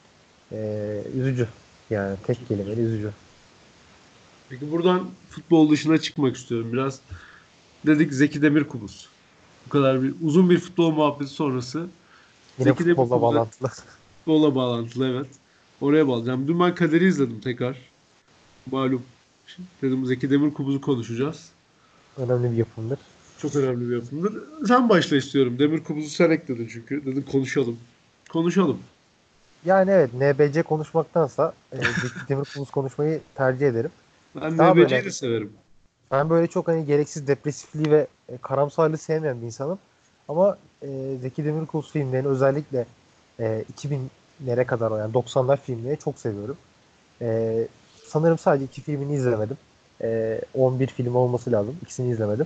üzücü. Yani tek Çok üzücü. kelimeyle üzücü. Peki buradan futbol dışına çıkmak istiyorum biraz. Dedik Zeki Demirkubuz. Bu kadar bir uzun bir futbol muhabbeti sonrası Yine Zeki futbolla Demirkubuz'a bağlantılı. futbola bağlantılı evet. Oraya bağlayacağım. Dün ben Kader'i izledim tekrar. Malum. Dedim Zeki Demirkubuz'u konuşacağız. Önemli bir yapımdır. Çok önemli bir yapımdır. Sen başla istiyorum. Demirkubuz'u sen ekledin çünkü. Dedim konuşalım. Konuşalım. Yani evet NBC konuşmaktansa Zeki Demirkubuz konuşmayı tercih ederim. Ben Daha böyle NBC'yi hani de severim. ben böyle çok hani gereksiz depresifliği ve karamsarlığı sevmeyen bir insanım. Ama Zeki Demirkubuz filmlerini özellikle 2000'lere kadar yani 90'lar filmlerini çok seviyorum. E, Sanırım sadece iki filmini izlemedim. 11 film olması lazım. İkisini izlemedim.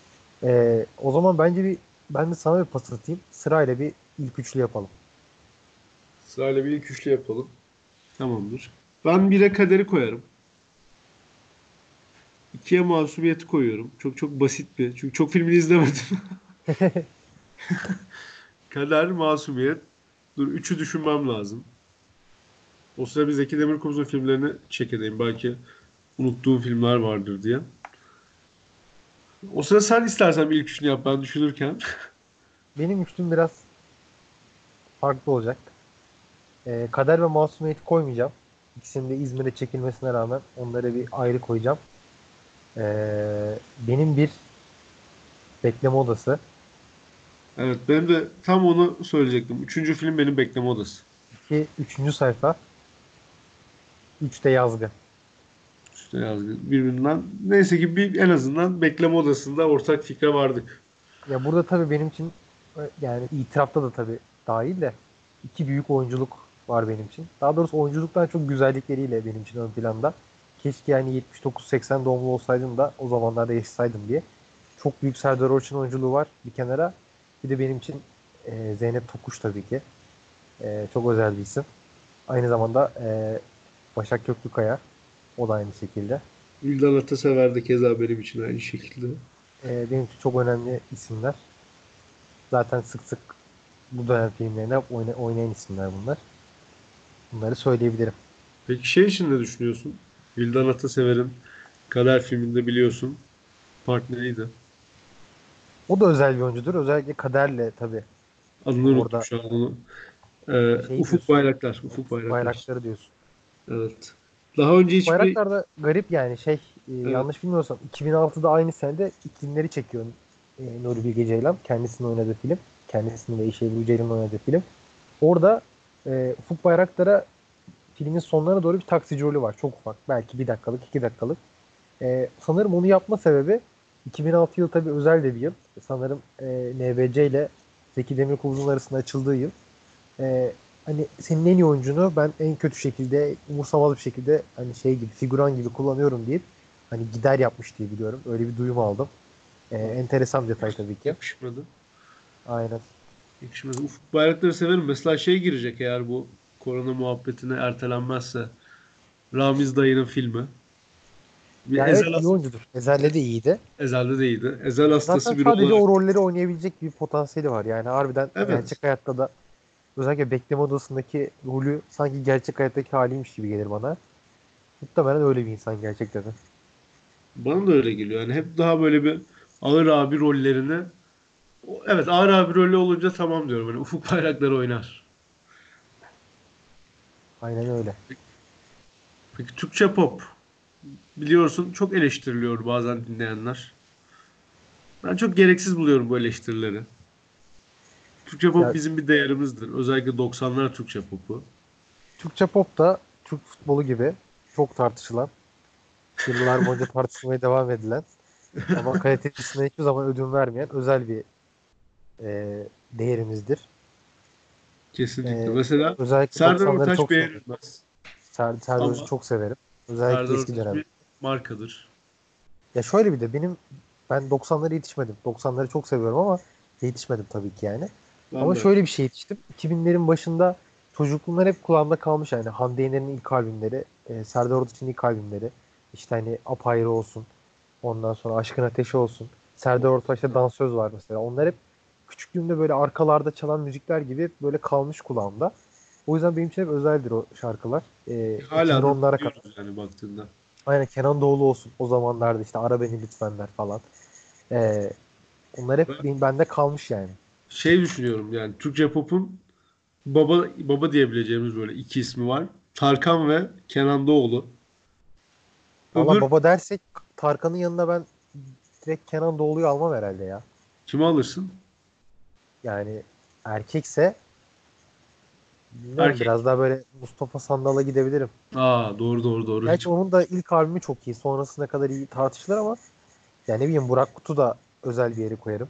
O zaman ben de sana bir pas atayım. Sırayla bir ilk üçlü yapalım. Sırayla bir ilk üçlü yapalım. Tamamdır. Ben bire Kader'i koyarım. İkiye Masumiyet'i koyuyorum. Çok çok basit bir. Çünkü çok filmini izlemedim. Kader, Masumiyet. Dur üçü düşünmem lazım. O sıra bir Zeki Demirkubuz'un filmlerini check edeyim. Belki unuttuğum filmler vardır diye. O sıra sen istersen bir ilk üçünü yap ben düşünürken. Benim üçlüm biraz farklı olacak. Kader ve Masumiyet'i koymayacağım. İkisinin de İzmir'e çekilmesine rağmen onları bir ayrı koyacağım. Benim bir bekleme odası. Evet benim de tam onu söyleyecektim. Üçüncü film benim bekleme odası. İki, üçüncü sayfa. Üç de yazgı. İşte yazgı birbirinden. Neyse ki bir en azından bekleme odasında ortak fikre vardık. Ya burada tabii benim için yani itirafta da tabii dahil de iki büyük oyunculuk. var benim için. Daha doğrusu oyunculuktan çok güzellikleriyle benim için ön planda. Keşke yani 79-80 doğumlu olsaydım da o zamanlarda yaşasaydım diye. Çok büyük Serdar Orçun oyunculuğu var bir kenara. Bir de benim için Zeynep Tokuş tabii ki. Çok özel bir isim. Aynı zamanda Başak Köklükaya. O da aynı şekilde. Vildan Atasever de keza benim için aynı şekilde. Benim için çok önemli isimler. Zaten sık sık bu dönem filmlerinde oynayan isimler bunlar. Bunları söyleyebilirim. Peki şey için ne düşünüyorsun? Vildan Atasever'in Kader filminde biliyorsun partneriydi. O da özel bir oyuncudur. Özellikle Kader'le tabii. Adını unuttum Orada şu an onu. şey Ufuk diyorsun. Bayraktar. Ufuk Bayraktar. Bayrakları diyorsun. Evet. Daha önce hiçbir Bayraktar da garip yani evet, yanlış bilmiyorsam 2006'da aynı senede iklimleri çekiyor Nuri Bilge Ceylan. Kendisinin oynadığı film. Kendisinin ve eşi Ebru Ceylan'ın oynadığı film. Orada Ufuk Bayraktar'a filmin sonlarına doğru bir taksici rolü var. Çok ufak. Belki bir dakikalık, 2 dakikalık. Sanırım onu yapma sebebi 2006 yıl tabii özel de bir yıl. Sanırım NBC ile Zeki Demirkubuz'un arasında açıldığı yıl. Ee, Hani senin en iyi oyuncunu ben en kötü şekilde, umursamaz bir şekilde hani şey gibi, figüran gibi kullanıyorum deyip hani gider yapmış diye biliyorum. Öyle bir duyum aldım. Enteresan bir detay tabii ki. yakışmadı. Aynen. Yakışmadı. Ufuk Bayraktar'ı severim. Mesela şey girecek eğer bu korona muhabbetine ertelenmezse. Ramiz Dayı'nın filmi. Bir Ya evet Ezel iyi hastası. oyuncudur. Ezel'le de iyiydi. Ezel'de de iyiydi. Ezel Zaten hastası biri sadece olarak. o rolleri oynayabilecek bir potansiyeli var. Yani harbiden Evet. gerçek hayatta da özellikle bekleme odasındaki rolü sanki gerçek hayattaki haliymiş gibi gelir bana. Muhtemelen öyle bir insan gerçekten de. Bana da öyle geliyor. Yani hep daha böyle bir ağır abi rollerini. Evet, ağır abi rolü olunca tamam diyorum. Hani Ufuk Bayraktar oynar. Aynen öyle. Peki Türkçe pop. Biliyorsun çok eleştiriliyor bazen dinleyenler. Ben çok gereksiz buluyorum bu eleştirileri. Türkçe pop Ya bizim bir değerimizdir. Özellikle 90'lar Türkçe popu. Türkçe pop da Türk futbolu gibi çok tartışılan, yıllar boyunca tartışılmaya devam edilen ama kalitesine hiçbir zaman ödün vermeyen özel bir değerimizdir. Kesinlikle. E, Mesela Özellikle Serdar 90'ları Ortaç çok severim. beğenilmez. Serdar Hoca'yı Ama çok severim. Özellikle Serdar eski Ortaç dönem. bir markadır. Ya şöyle bir de ben 90'lara yetişmedim. 90'ları çok seviyorum ama yetişmedim tabii ki yani. Ben Ama de. şöyle bir şey yetiştim. 2000'lerin başında çocukluğumdan hep kulağımda kalmış yani Hande Yener'in ilk albümleri, Serdar Ortaç'ın ilk albümleri. İşte hani Apayrı olsun. Ondan sonra Aşkın Ateşi olsun. Serdar Ortaç'ta Dansöz var mesela. Onlar hep küçüklüğümde böyle arkalarda çalan müzikler gibi hep böyle kalmış kulağımda. O yüzden benim için hep özeldir o şarkılar. Hala da 2010'lara kadar. dinliyoruz yani baktığında. Aynen Kenan Doğulu olsun. O zamanlarda işte Ara Beni Lütfenler falan. Ee, Onlar hep Ben bende kalmış yani. şey düşünüyorum yani Türkçe pop'un baba diyebileceğimiz böyle iki ismi var. Tarkan ve Kenan Doğulu. Valla Öbür baba dersek Tarkan'ın yanında ben direkt Kenan Doğulu'yu almam herhalde ya. kimi alırsın? Yani erkekse bilmiyorum Erkek. biraz daha böyle Mustafa Sandal'a gidebilirim. Aa, doğru doğru doğru. Gerçi onun da ilk albümü çok iyi. Sonrasına kadar iyi tartışılır ama yani ne bileyim Burak Kut'u da özel bir yere koyarım.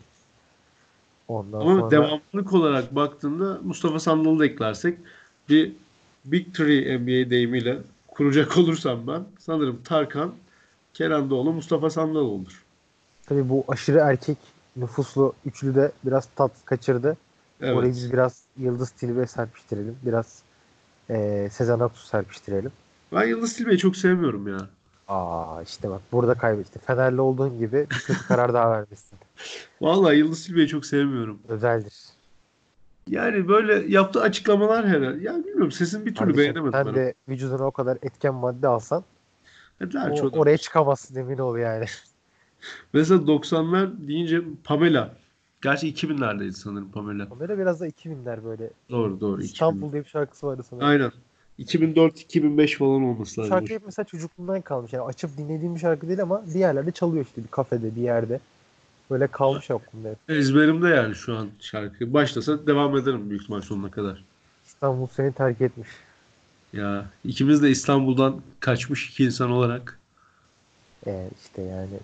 Ondan Ama sonra devamlılık olarak baktığında Mustafa Sandal'ı da eklersek bir Big Three NBA deyimiyle kuracak olursam ben sanırım Tarkan, Kenan Doğulu, Mustafa Sandal olur. tabii bu aşırı erkek nüfuslu üçlü de biraz tat kaçırdı. Orayı Evet. biz biraz Yıldız Tilbe serpiştirelim. Biraz Sezen Aksu serpiştirelim. Ben Yıldız Tilbe'yi çok sevmiyorum ya. Aa işte bak burada kaybettin. Fenerli olduğun gibi bir kötü karar daha vermişsin. Vallahi Yıldız Tilbe'yi çok sevmiyorum. Özeldir. Yani böyle yaptığı açıklamalar herhalde. Ya bilmiyorum sesin bir türlü Kardeşim beğenemedim ben sen onu. de vücuduna o kadar etken madde alsan Gerçi o da oraya var. çıkamazsın emin ol yani. Mesela 90'lar deyince Pamela. Gerçi 2000'lerdeydi sanırım Pamela. Onlara biraz da 2000'ler böyle. Doğru doğru 2000. İstanbul diye bir şarkısı vardı sanırım. Aynen. 2004-2005 falan olması Bu lazım o şarkı şey. hep mesela çocukluğumdan kalmış. Yani açıp dinlediğim bir şarkı değil ama bir yerlerde çalıyor işte bir kafede bir yerde. Böyle kalmış aklımda hep. Ezberimde yani şu an şarkı. Başlasa devam ederim büyük ihtimal sonuna kadar. İstanbul seni terk etmiş. Ya ikimiz de İstanbul'dan kaçmış iki insan olarak. İşte yani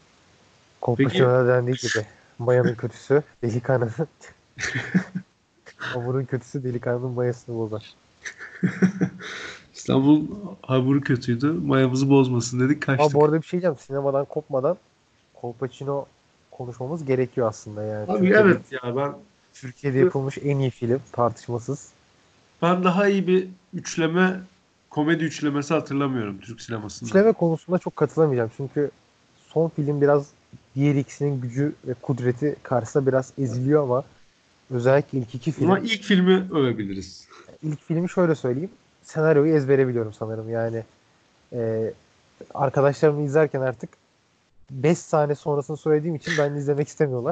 Peki Kolpaçino'da dendiği gibi. Mayanın kötüsü, delikanlı. Hamurun kötüsü delikanlının mayasını bozar. İstanbul hamuru kötüydü. Mayamızı bozmasın dedik, Ama bu kaçtık. arada bir şey diyeceğim. Sinemadan kopmadan Kolpaçino konuşmamız gerekiyor aslında yani. Abi evet ya, Türkiye'de yapılmış en iyi film tartışmasız. ben daha iyi bir komedi üçlemesi hatırlamıyorum Türk sinemasında. Üçleme konusunda çok katılamayacağım. Çünkü son film biraz diğer ikisinin gücü ve kudreti karşısında biraz eziliyor ama özellikle ilk iki Ama film. ilk filmi övebiliriz. İlk filmi şöyle söyleyeyim. Senaryoyu ezbere biliyorum sanırım. Yani e, arkadaşlarımı izlerken artık 5 saniye sonrasını söylediğim için ben de izlemek istemiyorlar.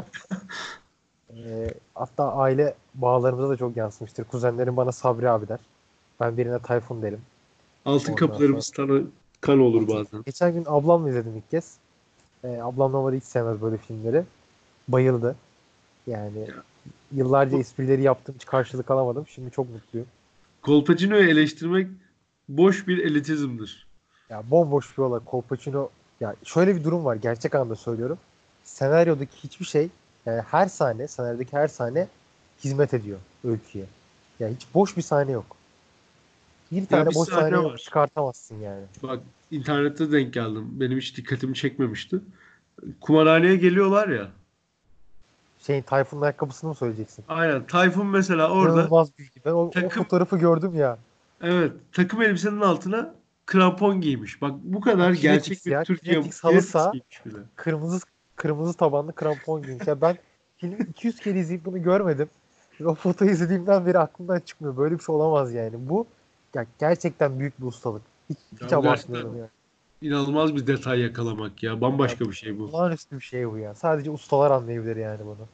Hatta aile bağlarımıza da çok yansımıştır. Kuzenlerim bana Sabri abi der. Ben birine Tayfun derim. Altın Ondan sonra kapılarımız kan olur bazen. geçen gün ablamla izledim ilk kez. Ablam normalde hiç sevmez böyle filmleri. Bayıldı. Yani Ya, yıllarca esprileri yaptım, hiç karşılık alamadım. Şimdi çok mutluyum. Kolpaçino'yu eleştirmek boş bir elitizmdir. Ya bomboş bir olay. Kolpaçino, ya şöyle bir durum var. Gerçek anlamda söylüyorum. Senaryodaki hiçbir şey, yani her sahne, senaryodaki her sahne hizmet ediyor öyküye. Ya hiç boş bir sahne yok. Bir Ya bir tane boş sahne sahne yok. var. Çıkartamazsın yani. Bak, internette denk geldim. Benim hiç dikkatimi çekmemişti. Kumarhaneye geliyorlar ya. Tayfun'un ayakkabısını mı söyleyeceksin? Aynen. Tayfun mesela orada İnanılmaz büyük. Ben o takım fotoğrafı gördüm ya. evet, takım elbisenin altına krampon giymiş. Bak, bu kadar gerçek Kinetix bir ya. Türkiye Kinetix halı Kinetix saha. giymiş bile. Kırmızı kırmızı tabanlı krampon giymiş. Ya ben filmi 200 kere izleyip bunu görmedim. Ve o fotoğrafı izlediğimden beri aklımdan çıkmıyor. Böyle bir şey olamaz yani. Bu ya gerçekten büyük bir ustalık. Hiç Ya bu gerçekten abartmıyorum ya. inanılmaz bir detay yakalamak ya. Ya Bambaşka bir şey bu. olağanüstü bir şey bu ya. Sadece ustalar anlayabilir yani bunu.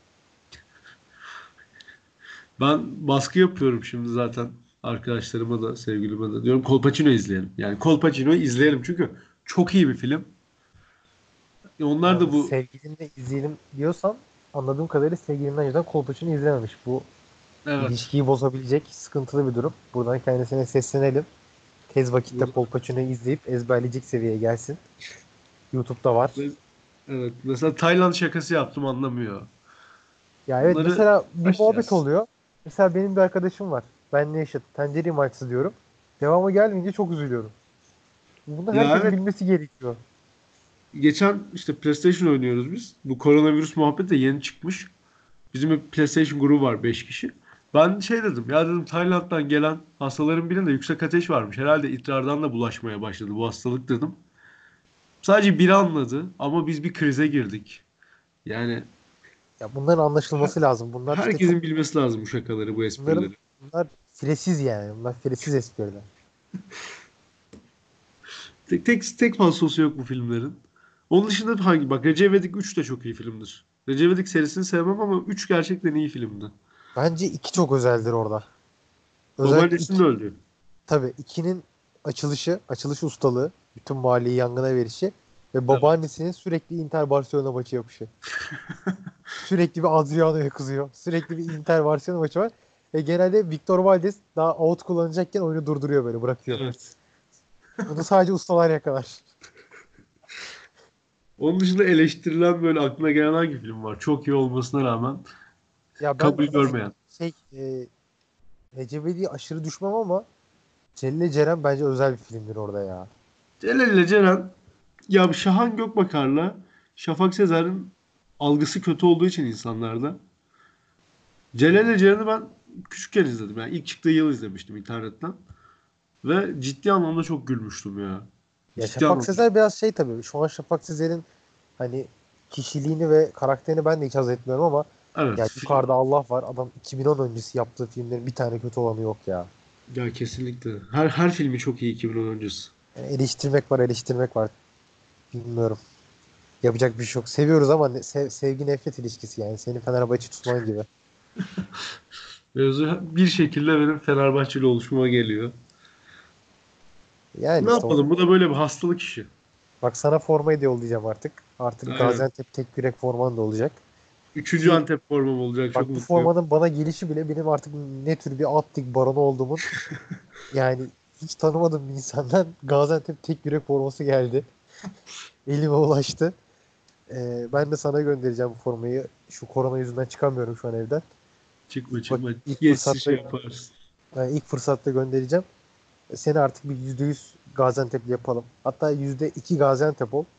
Ben baskı yapıyorum şimdi zaten arkadaşlarıma da sevgilime de. Diyorum Kolpaçino izleyelim. Yani Kolpaçino'yu izleyelim çünkü çok iyi bir film. Onlar da Yani bu, sevgilinle izleyelim diyorsan anladığım kadarıyla sevgilinden yüzden Kolpaçino'yu izlememiş. Bu evet. ilişkiyi bozabilecek sıkıntılı bir durum. Buradan kendisine seslenelim. Tez vakitte Kolpaçino'yu izleyip ezberleyecek seviyeye gelsin. YouTube'da var. Evet. Mesela Tayland şakası yaptım, anlamıyor. Ya evet, Bunları mesela bir muhabbet aşacağız. oluyor. Mesela benim bir arkadaşım var. Ben ne yaşadım? Tencere imalatçısı diyorum. Devamı gelmeyince çok üzülüyorum. Bunu Ya herkesin evet, bilmesi gerekiyor. geçen işte PlayStation oynuyoruz biz. Bu koronavirüs muhabbeti de yeni çıkmış. Bizim bir PlayStation grubu var, 5 kişi. Ben şey dedim ya, dedim Tayland'dan gelen hastaların birinde yüksek ateş varmış. Herhalde idrardan da bulaşmaya başladı bu hastalık dedim. Sadece biri anladı ama biz bir krize girdik. Yani Ya bunların her- anlaşılması lazım. Bunlar işte çok herkesin bilmesi lazım bu şakaları, bu bunların esprileri. bunlar firesiz yani. Bunlar firesiz espriler. Tek falsosu yok bu filmlerin. Onun dışında hangi? Bak, Recep İvedik 3 de çok iyi filmdir. Recep İvedik serisini sevmem ama 3 gerçekten iyi filmdi. Bence iki çok özeldir orada. Özellikle Babaannesinin iki, de öldü. tabii ikinin açılış ustalığı, bütün mahalleyi yangına verişi ve Evet. babaannesinin sürekli Inter Barcelona maçı yapışı. Sürekli bir Adriano'ya kızıyor. Sürekli bir Inter Barcelona maçı var. Ve genelde Victor Valdes daha out kullanacakken oyunu durduruyor, böyle bırakıyor. Evet. Bunu sadece ustalar yakalar. Onun dışında eleştirilen böyle aklına gelen hangi film var? Çok iyi olmasına rağmen Ya ben kabul görmeyen. Recep İvedik'e aşırı düşmem ama Celle Ceren bence özel bir filmdir orada ya. Celal ile Ceren, ya Şahan Gökbakar'la Şafak Sezer'in algısı kötü olduğu için insanlarda. Celal ile Ceren'i ben küçükken izledim. Yani ilk çıktığı yıl izlemiştim internetten. Ve ciddi anlamda çok gülmüştüm ya. Ya Ciddi Şafak anlamda. Sezer biraz tabii. Şu an Şafak Sezer'in hani kişiliğini ve karakterini ben de hiç haz etmiyorum ama Evet. ya yukarıda Allah var. Adam 2010 öncesi yaptığı filmlerin bir tane kötü olanı yok ya. Ya kesinlikle. Her filmi çok iyi 2010 öncesi. Yani eleştirmek var. Bilmiyorum. Yapacak bir şey yok. Seviyoruz ama sevgi nefret ilişkisi yani. Senin Fenerbahçe tutman gibi. Mevzu bir şekilde benim Fenerbahçeli oluşuma geliyor. Yani Ne işte yapalım? Bu da böyle bir hastalık işi. bak sana formayı da yollayacağım artık. Artık Aynen. Gaziantep tek yürek forman da olacak. Üçüncü Ki Antep formam olacak. Çok bak, bu mutluyum. formanın bana gelişi bile benim artık ne tür bir Attik baronu olduğumun, yani hiç tanımadığım bir insandan Gaziantep tek yürek forması geldi. Elime ulaştı. Ben de sana göndereceğim bu formayı. Şu korona yüzünden çıkamıyorum şu an evden. Çıkma Bak, çıkma. ilk Geçsin şey fırsatta yaparsın. yani ilk fırsatta göndereceğim. Seni artık bir %100 Gaziantep'li yapalım. Hatta %2 Gaziantep ol.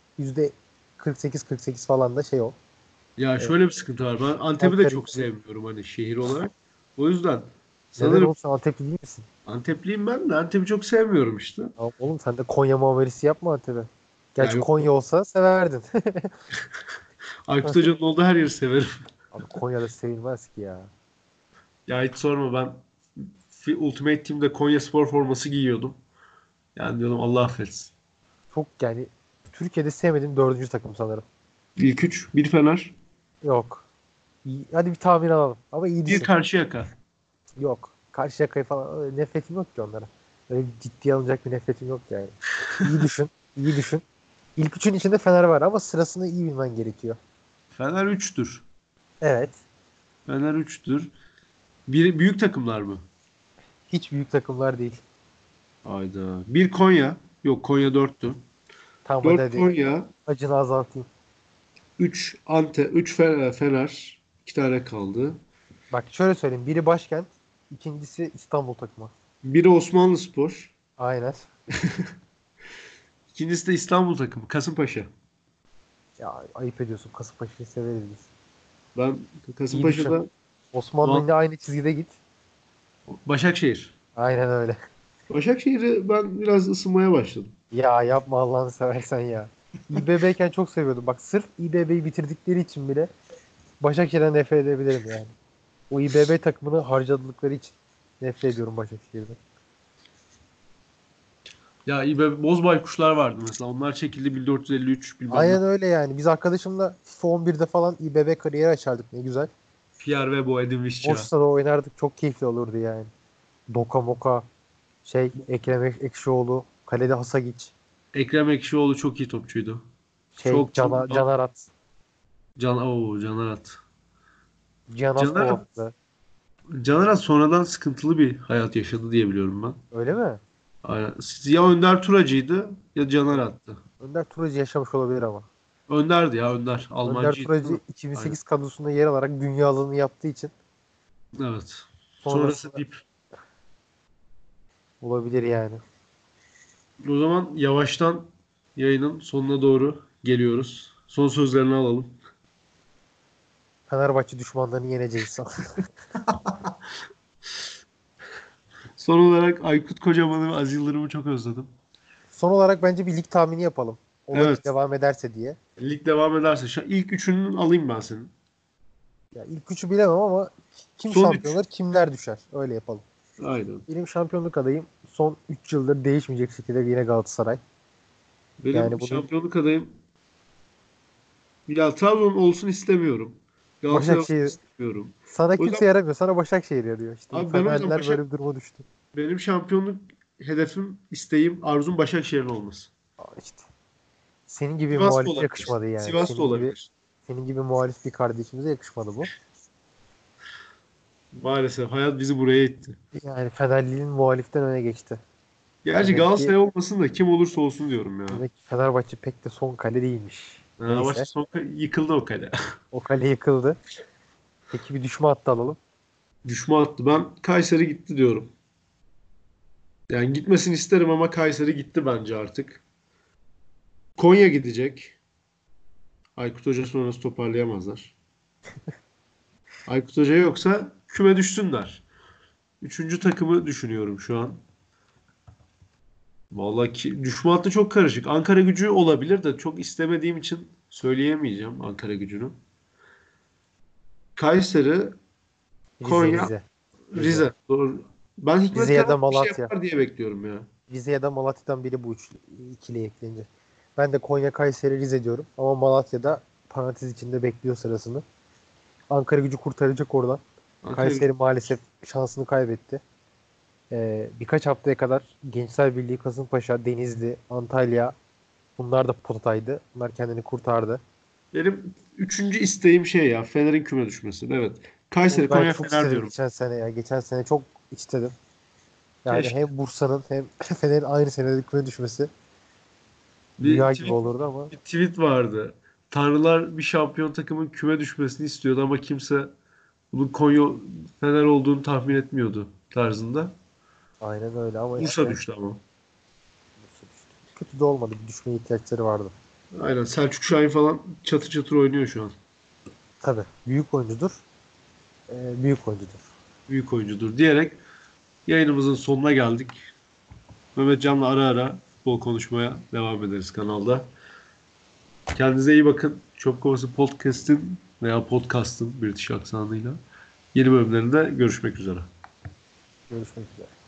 %48-48 falan da şey ol. Ya E, şöyle bir sıkıntı var. Ben Antep'i de Ankara çok gücü. sevmiyorum hani şehir olarak. O yüzden Neden sanırım oğlum, sen Antepli değil misin? Antepliyim ben de Antep'i çok sevmiyorum işte. Tamam oğlum, sen de Konya muamelesi yapma Antep'e. Ya Gerçi yok. Konya olsa severdin. Aykut Hoca'nın olduğu her yeri severim. Abi Konya'da sevilmez ki ya. Ya hiç sorma ben Ultimate Team'de Konya Spor forması giyiyordum. Yani diyordum Allah affetsin. Çok yani Türkiye'de sevmediğim dördüncü takım sanırım. İlk üç, bir Fener, Yok. Hadi bir tahmin alalım. Ama iyi bir düşün. Karşıyaka. Yok. Karşıyaka'yı falan öyle nefretim yok ki onlara. Öyle ciddiye alınacak bir nefretim yok yani. İyi düşün. İyi düşün. İlk üçün içinde Fener var ama sırasını iyi bilmen gerekiyor. Fener üçtür. Evet. Fener üçtür. Bir büyük takımlar mı? Hiç büyük takımlar değil. Hayda. Bir Konya. Yok Konya dörttü. Tamam, hadi Dört hadi. Konya, Acını azaltayım. 3 3 Fener. 2 tane kaldı. Bak şöyle söyleyeyim. Biri başkent. İkincisi İstanbul takımı. Biri Osmanlıspor. Aynen. İkincisi de İstanbul takımı. Kasımpaşa. Ya ayıp ediyorsun. Kasımpaşa'yı severiz biz. Ben İyi düşün. Kasımpaşa'da Osmanlı ile aynı çizgide git. Başakşehir. Aynen öyle. Başakşehir'e ben biraz ısınmaya başladım. Ya yapma Allah'ını seversen ya. İBB'yken çok seviyordum. Bak sırf İBB'yi bitirdikleri için bile Başakşehir'den nefret edebilirim yani. O İBB takımını harcadıkları için nefret ediyorum Başakşehir'den. Ya Bozbay kuşlar vardı mesela. Onlar çekildi 1453 bilmem ne. Aynen öyle yani. Biz arkadaşımla FIFA 11'de falan İBB kariyeri açardık, ne güzel. Pierre Webo, Edin Visca. Boşsa da oynardık. Çok keyifli olurdu yani. Doka Moka, Ekrem Ekşioğlu, kalede Hasagiç, Ekrem Ekşioğlu çok iyi topçuydu. Çok Caner At, Caner At. Cihan Caner At, Aspavak'tı. Caner At sonradan sıkıntılı bir hayat yaşadı diye biliyorum ben. Öyle mi? Aynen. Ya Önder Turacı'ydı ya Caner At'tı. Önder Turacı yaşamış olabilir ama. Önder'di ya Önder. Önder Almancıydı değil Turacı mi? Aynen. 2008 kadrosunda yer alarak dünyalığını yaptığı için Evet. Sonrası sonrasında dip. olabilir yani. O zaman yavaştan yayının sonuna doğru geliyoruz. Son sözlerini alalım. Fenerbahçe düşmanlarını yeneceğiz. Son olarak Aykut Kocaman'ı ve Aziz Yıldırım'ı çok özledim. Son olarak bence bir lig tahmini yapalım. Olayı Evet. devam ederse diye. Lig devam ederse. Şu an ilk üçünü alayım ben senin. Ya ilk üçü bilemem ama kim Son şampiyon üç. olur, kimler düşer. Öyle yapalım. Aynen. Benim şampiyonluk adayım son 3 yıldır değişmeyecek şekilde yine Galatasaray. Benim Yani bunun şampiyonluk adayım ya Trabzon olsun istemiyorum. Galatasaray olsun Başakşehir, istemiyorum. sana O yüzden kimse yaramıyor. Sana Başakşehir yarıyor. İşte bu abi ben o yüzden Fenerliler böyle bir duruma düştü. benim şampiyonluk hedefim, isteğim, arzum Başakşehir'in olması. Aa, İşte senin gibi Sivas da muhalif olabilir. yakışmadı yani. Sivas da olabilir. Senin gibi muhalif bir kardeşimize yakışmadı bu. Maalesef hayat bizi buraya itti. Yani Fenerli'nin muhaliften öne geçti. Gerçi Demek ki Galatasaray olmasın da kim olursa olsun diyorum ya. demek ki Fenerbahçe pek de son kale değilmiş. Fenerbahçe Neyse. yıkıldı o kale. O kale yıkıldı. Peki bir düşme hattı alalım. Düşman attı. Ben Kayseri gitti diyorum. Yani gitmesini isterim ama Kayseri gitti bence artık. Konya gidecek. Aykut Hoca sonrası toparlayamazlar. Aykut Hoca yoksa küme düşsünler. Üçüncü takımı düşünüyorum şu an. Vallahi ki, düşme hattı çok karışık. Ankara Gücü olabilir de çok istemediğim için söyleyemeyeceğim Ankara Gücü'nü. Kayseri, Rize, Konya, Rize. Rize. Rize. Doğru. Ben Rize Hikmet ya da Karaman bir şey Malatya. yapar diye bekliyorum ya. Rize ya da Malatya'dan biri bu ikili eklenince. Ben de Konya, Kayseri, Rize diyorum. Ama Malatya'da parantez içinde bekliyor sırasını. Ankara Gücü kurtaracak oradan. Ankara Gücü. Kayseri maalesef şansını kaybetti. Birkaç haftaya kadar Gençler Birliği, Kasımpaşa, Denizli, Antalya, bunlar da potaydı. Bunlar kendini kurtardı. Benim üçüncü isteğim şey ya. Fener'in küme düşmesi. Evet. Onu Kayseri, ben Konya, çok Fener istedim diyorum. geçen sene ya. Geçen sene çok istedim. Yani Keşke. hem Bursa'nın hem Fener'in aynı senede küme düşmesi Bir dünya gibi tweet, olurdu ama bir tweet vardı. Tanrılar bir şampiyon takımın küme düşmesini istiyordu ama kimse bunun Konya Fener olduğunu tahmin etmiyordu tarzında. Aynen öyle ama Bursa işte düştü ama. kötü de olmadı. Bir düşme ihtiyaçları vardı. Aynen, Selçuk Şahin falan çatır çatır oynuyor şu an. Tabii. Büyük oyuncudur. Büyük oyuncudur. Büyük oyuncudur diyerek yayınımızın sonuna geldik. Mehmet Can'la ara ara futbol konuşmaya devam ederiz kanalda. Kendinize iyi bakın. Çöp Kovası Podcast'in veya Podcast'ın British aksanıyla yeni bölümlerinde görüşmek üzere. Görüşmek üzere.